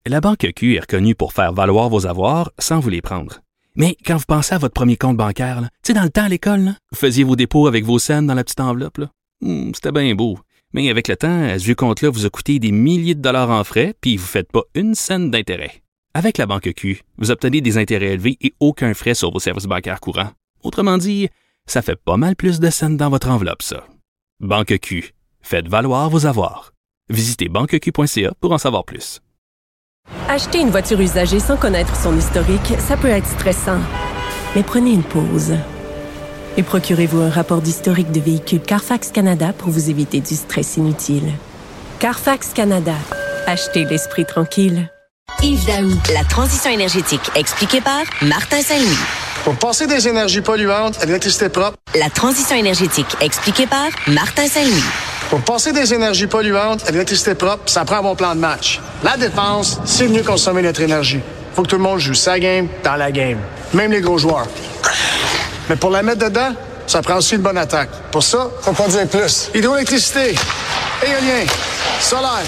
La Banque Q est reconnue pour faire valoir vos avoirs sans vous les prendre. Mais quand vous pensez à votre premier compte bancaire, tu sais, dans le temps à l'école, là, vous faisiez vos dépôts avec vos scènes dans la petite enveloppe. Là. C'était bien beau. Mais avec le temps, ce vieux compte-là vous a coûté des milliers de dollars en frais, puis vous ne faites pas une scène d'intérêt. Avec la Banque Q, vous obtenez des intérêts élevés et aucun frais sur vos services bancaires courants. Autrement dit, ça fait pas mal plus de scènes dans votre enveloppe, ça. Banque Q. Faites valoir vos avoirs. Visitez banqueq.ca pour en savoir plus. Acheter une voiture usagée sans connaître son historique, ça peut être stressant. Mais prenez une pause. Et procurez-vous un rapport d'historique de véhicule Carfax Canada pour vous éviter du stress inutile. Carfax Canada. Achetez l'esprit tranquille. Yves Daou, la transition énergétique expliquée par Martin Saint-Louis. Pour passer des énergies polluantes à l'électricité propre. La transition énergétique expliquée par Martin Saint-Louis. Pour passer des énergies polluantes à l'électricité propre, ça prend un bon plan de match. La dépense, c'est mieux consommer notre énergie. Faut que tout le monde joue sa game dans la game. Même les gros joueurs. Mais pour la mettre dedans, ça prend aussi une bonne attaque. Pour ça, faut produire plus. Hydroélectricité, éolien, solaire.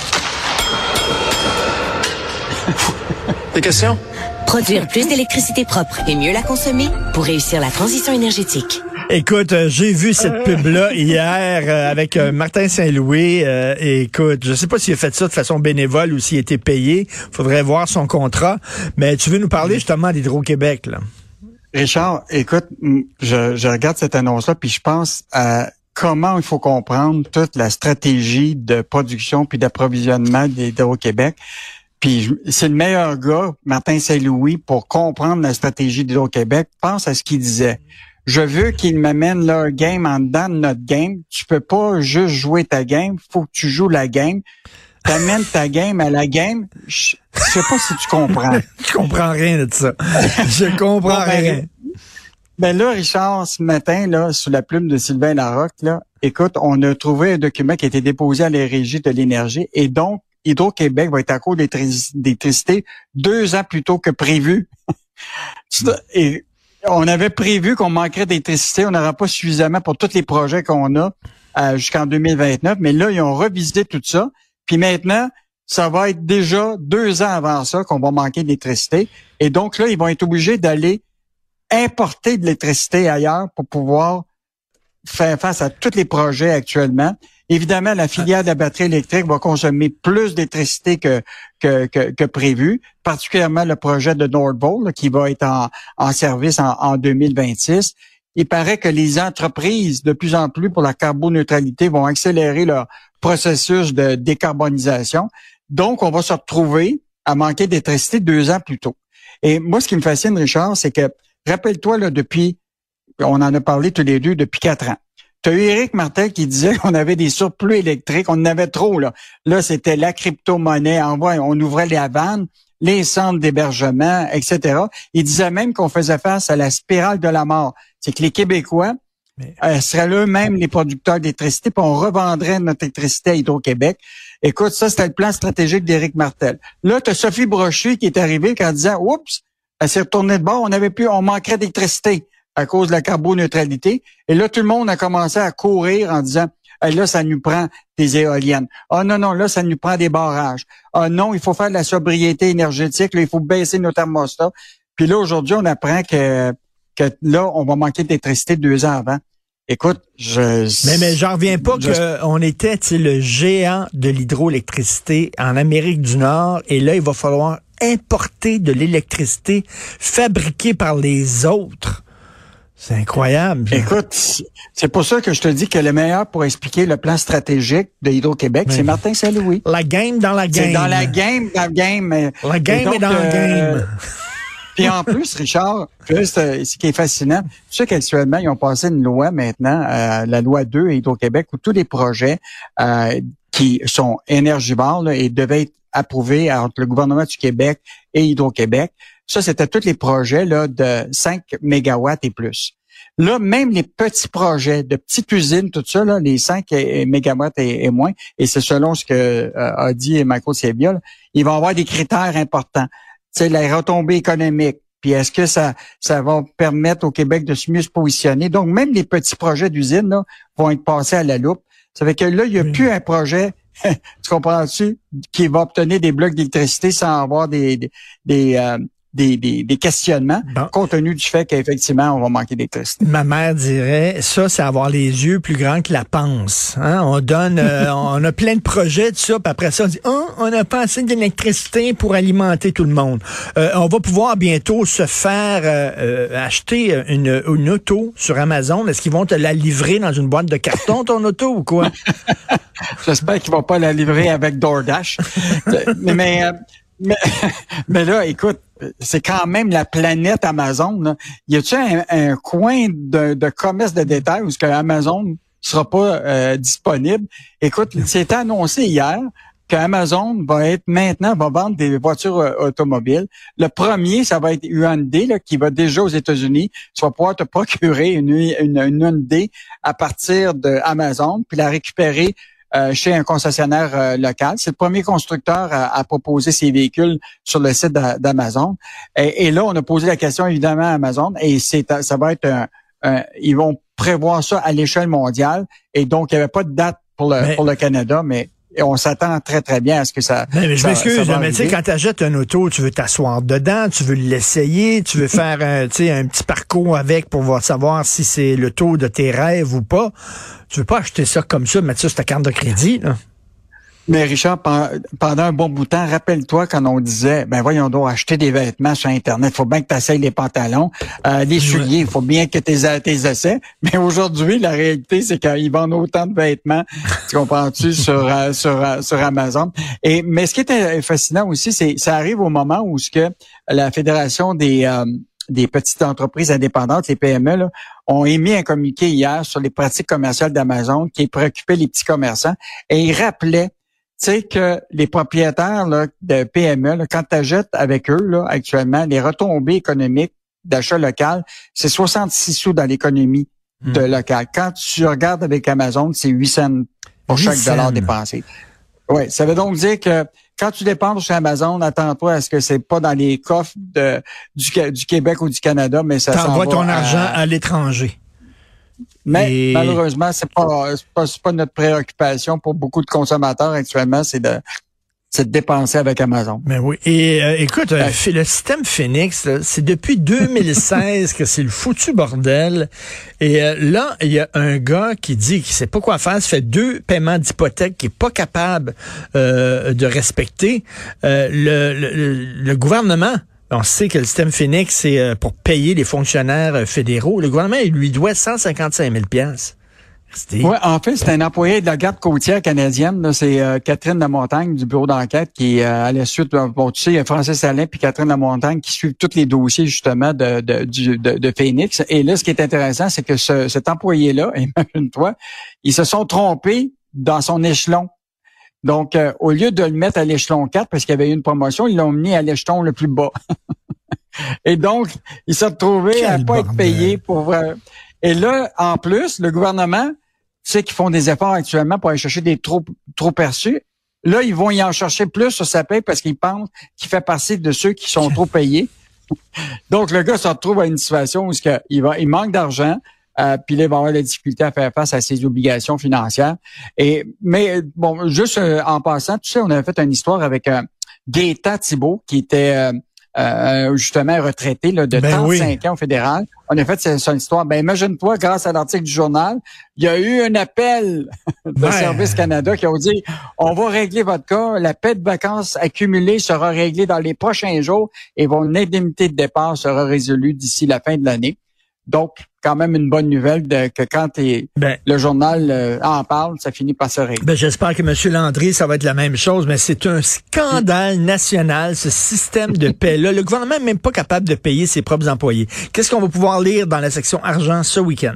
Des questions? Produire plus d'électricité propre et mieux la consommer pour réussir la transition énergétique. Écoute, j'ai vu cette pub-là hier avec Martin Saint-Louis. Écoute, je sais pas s'il a fait ça de façon bénévole ou s'il a été payé. Faudrait voir son contrat. Mais tu veux nous parler justement d'Hydro-Québec, là? Richard, écoute, je regarde cette annonce-là, puis je pense à comment il faut comprendre toute la stratégie de production puis d'approvisionnement d'Hydro-Québec. Puis c'est le meilleur gars, Martin Saint-Louis, pour comprendre la stratégie d'Hydro-Québec. Pense à ce qu'il disait. Je veux qu'ils m'amènent leur game en dedans de notre game. Tu peux pas juste jouer ta game, faut que tu joues la game. T'amènes ta game à la game. Je sais pas si tu comprends. Je comprends rien de ça. Je comprends rien. Ben là, Richard, ce matin, là, sous la plume de Sylvain Larocque, là, écoute, on a trouvé un document qui a été déposé à la Régie de l'énergie et donc, Hydro-Québec va être à court d'électricité 2 ans plus tôt que prévu. Et on avait prévu qu'on manquerait d'électricité, on n'aura pas suffisamment pour tous les projets qu'on a jusqu'en 2029, mais là, ils ont revisité tout ça. Puis maintenant, ça va être déjà 2 ans avant ça qu'on va manquer d'électricité. Et donc là, ils vont être obligés d'aller importer de l'électricité ailleurs pour pouvoir faire face à tous les projets actuellement. Évidemment, la filière de la batterie électrique va consommer plus d'électricité que prévu, particulièrement le projet de Nordvolt là, qui va être en service en 2026. Il paraît que les entreprises, de plus en plus pour la carboneutralité, vont accélérer leur processus de décarbonisation. Donc, on va se retrouver à manquer d'électricité 2 ans plus tôt. Et moi, ce qui me fascine, Richard, c'est que, rappelle-toi, là, on en a parlé tous les deux depuis 4 ans. Tu as eu Éric Martel qui disait qu'on avait des surplus électriques, on en avait trop, là. Là, c'était la crypto-monnaie, on ouvrait les vannes, les centres d'hébergement, etc. Il disait même qu'on faisait face à la spirale de la mort. C'est que les Québécois seraient eux-mêmes les producteurs d'électricité, puis on revendrait notre électricité à Hydro-Québec. Écoute, ça, c'était le plan stratégique d'Éric Martel. Là, tu as Sophie Brochu qui est arrivée en disant, oups, elle s'est retournée de bord, on manquerait d'électricité à cause de la carboneutralité. Et là, tout le monde a commencé à courir en disant, hey, là, ça nous prend des éoliennes. Ah non, là, ça nous prend des barrages. Ah non, il faut faire de la sobriété énergétique, là, il faut baisser nos thermostats. Puis là, aujourd'hui, on apprend que là, on va manquer d'électricité 2 ans avant. Écoute, Mais j'en reviens pas qu'on était, tu sais, le géant de l'hydroélectricité en Amérique du Nord, et là, il va falloir importer de l'électricité fabriquée par les autres. C'est incroyable. Écoute, c'est pour ça que je te dis que le meilleur pour expliquer le plan stratégique de Hydro-Québec, c'est Martin Saint-Louis. La game dans la game. C'est dans la game. La game est dans la game. Puis en plus, Richard, juste ce qui est fascinant, tu sais qu'actuellement, ils ont passé une loi maintenant, la loi 2 à Hydro-Québec, où tous les projets qui sont énergivores là, et devaient être approuvés entre le gouvernement du Québec et Hydro-Québec. Ça, c'était tous les projets là de 5 mégawatts et plus. Là, même les petits projets de petites usines, tout ça, là, les 5 mégawatts et moins, et c'est selon ce que a dit Michael Sebia, ils vont avoir des critères importants. Tu sais, la retombée économique. Puis est-ce que ça va permettre au Québec de mieux se positionner? Donc, même les petits projets d'usine là, vont être passés à la loupe. Ça fait que là, il n'y a plus un projet tu comprends-tu, qui va obtenir des blocs d'électricité sans avoir des questionnements, compte tenu du fait qu'effectivement, on va manquer d'électricité. Ma mère dirait, ça, c'est avoir les yeux plus grands que la panse. Hein? On donne, on a plein de projets, tout ça, puis après ça, on dit, on n'a pas assez d'électricité pour alimenter tout le monde. On va pouvoir bientôt se faire acheter une auto sur Amazon. Est-ce qu'ils vont te la livrer dans une boîte de carton, ton auto, ou quoi? J'espère qu'ils vont pas la livrer avec DoorDash. mais là, écoute, c'est quand même la planète Amazon. Là. Y a-t-il un coin de commerce de détail où Amazon sera pas disponible? Écoute, c'était annoncé hier qu'Amazon va vendre des voitures automobiles. Le premier, ça va être Hyundai, là, qui va déjà aux États-Unis. Tu vas pouvoir te procurer une Hyundai à partir de Amazon, puis la récupérer chez un concessionnaire local. C'est le premier constructeur à proposer ses véhicules sur le site d'Amazon. Et là, on a posé la question évidemment à Amazon et ça va être ils vont prévoir ça à l'échelle mondiale. Et donc, il n'y avait pas de date pour le Canada, mais on s'attend très, très bien à ce que ça... Mais je m'excuse, mais tu sais, quand tu achètes un auto, tu veux t'asseoir dedans, tu veux l'essayer, tu veux faire un petit parcours avec pour savoir si c'est le taux de tes rêves ou pas. Tu veux pas acheter ça comme ça, mettre ça sur ta carte de crédit, là. Mais Richard, pendant un bon bout de temps, rappelle-toi quand on disait, voyons donc, acheter des vêtements sur Internet, faut bien que tu essayes les pantalons, les souliers, il faut bien que tu les essaies. Mais aujourd'hui, la réalité, c'est qu'ils vendent autant de vêtements, tu comprends-tu, sur Amazon. Mais ce qui est fascinant aussi, c'est ça arrive au moment où la Fédération des petites entreprises indépendantes, les PME, là, ont émis un communiqué hier sur les pratiques commerciales d'Amazon qui préoccupait les petits commerçants et ils rappelaient que les propriétaires là, de PME, là, quand tu achètes avec eux là, actuellement, les retombées économiques d'achat local, c'est 66 sous dans l'économie de local. Quand tu regardes avec Amazon, c'est 8 cents pour chaque dollar dépensé. Oui, ça veut donc dire que quand tu dépenses chez Amazon, attends-toi à ce que c'est pas dans les coffres du Québec ou du Canada, mais ça s'en va. T'envoies ton argent à l'étranger. Mais malheureusement, c'est pas notre préoccupation pour beaucoup de consommateurs actuellement, c'est de dépenser avec Amazon. Mais oui. Et écoute, le système Phoenix, là, c'est depuis 2016 que c'est le foutu bordel. Et là, il y a un gars qui dit qu'il sait pas quoi faire, ça fait 2 paiements d'hypothèque qu'il est pas capable de respecter. Le gouvernement, on sait que le système Phoenix, c'est pour payer les fonctionnaires fédéraux. Le gouvernement, il lui doit 155 000 $. Oui, en fait, c'est un employé de la garde côtière canadienne. Là, c'est Catherine Lamontagne du bureau d'enquête qui, à la suite, bon, tu sais, il y a Francis Alain puis Catherine Lamontagne qui suivent tous les dossiers justement de Phoenix. Et là, ce qui est intéressant, c'est que cet employé-là, imagine-toi, ils se sont trompés dans son échelon. Donc, au lieu de le mettre à l'échelon 4, parce qu'il y avait eu une promotion, ils l'ont mis à l'échelon le plus bas. Et donc, il s'est retrouvé à pas être payé pour... Et là, en plus, le gouvernement, tu sais qu'ils font des efforts actuellement pour aller chercher des trop perçus. Là, ils vont y en chercher plus sur sa paie parce qu'ils pensent qu'il fait partie de ceux qui sont trop payés. Donc, le gars se retrouve à une situation où il manque d'argent. Puis là, il va avoir la difficulté à faire face à ses obligations financières. Mais bon, juste en passant, tu sais, on avait fait une histoire avec Gaétan Thibault, qui était justement retraité là, de 35 ans au fédéral. On a fait son histoire. Imagine-toi, grâce à l'article du journal, il y a eu un appel de Service Canada qui ont dit on va régler votre cas, la paie de vacances accumulée sera réglée dans les prochains jours et votre indemnité de départ sera résolue d'ici la fin de l'année. Donc, quand même une bonne nouvelle que quand le journal en parle, ça finit par se régler. J'espère que M. Landry, ça va être la même chose, mais c'est un scandale national, ce système de paie-là. Le gouvernement n'est même pas capable de payer ses propres employés. Qu'est-ce qu'on va pouvoir lire dans la section argent ce week-end?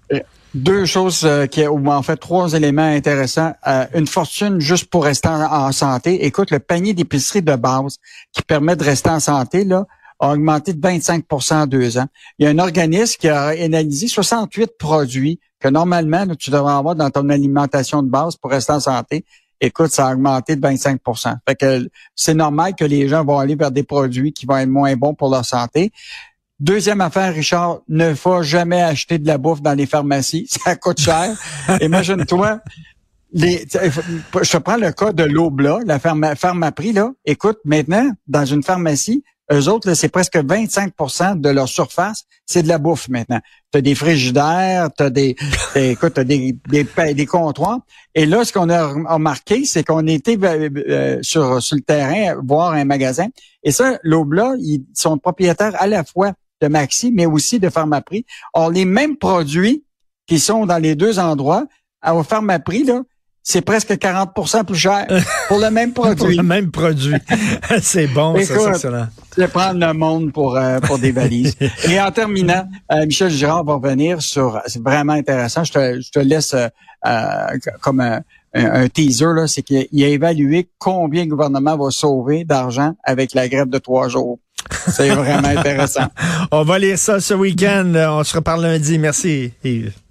2 choses, ou en fait 3 éléments intéressants. Une fortune juste pour rester en santé. Écoute, le panier d'épicerie de base qui permet de rester en santé, là, a augmenté de 25 en 2 ans. Il y a un organisme qui a analysé 68 produits que normalement, là, tu devrais avoir dans ton alimentation de base pour rester en santé. Écoute, ça a augmenté de 25 Fait que c'est normal que les gens vont aller vers des produits qui vont être moins bons pour leur santé. Deuxième affaire, Richard, ne faut jamais acheter de la bouffe dans les pharmacies. Ça coûte cher. Imagine-toi, je te prends le cas de l'Aubla, la Pharmaprix, là. Écoute, maintenant, dans une pharmacie, eux autres, là, c'est presque 25% de leur surface, c'est de la bouffe maintenant. T'as des frigidaires, t'as des comptoirs. Et là, ce qu'on a remarqué, c'est qu'on était sur le terrain voir un magasin. Et ça, l'Aubla, ils sont propriétaires à la fois de Maxi, mais aussi de Pharmaprix. Or, les mêmes produits qui sont dans les deux endroits, au Pharmaprix, là, c'est presque 40% plus cher pour le même produit. Pour le même produit. C'est bon, écoute, ça, c'est excellent. Je vais prendre le monde pour des valises. Et en terminant, Michel Girard va revenir sur, c'est vraiment intéressant, je te laisse comme un teaser, là, c'est qu'il a évalué combien le gouvernement va sauver d'argent avec la grève de 3 jours. C'est vraiment intéressant. On va lire ça ce week-end. On se reparle lundi. Merci, Yves.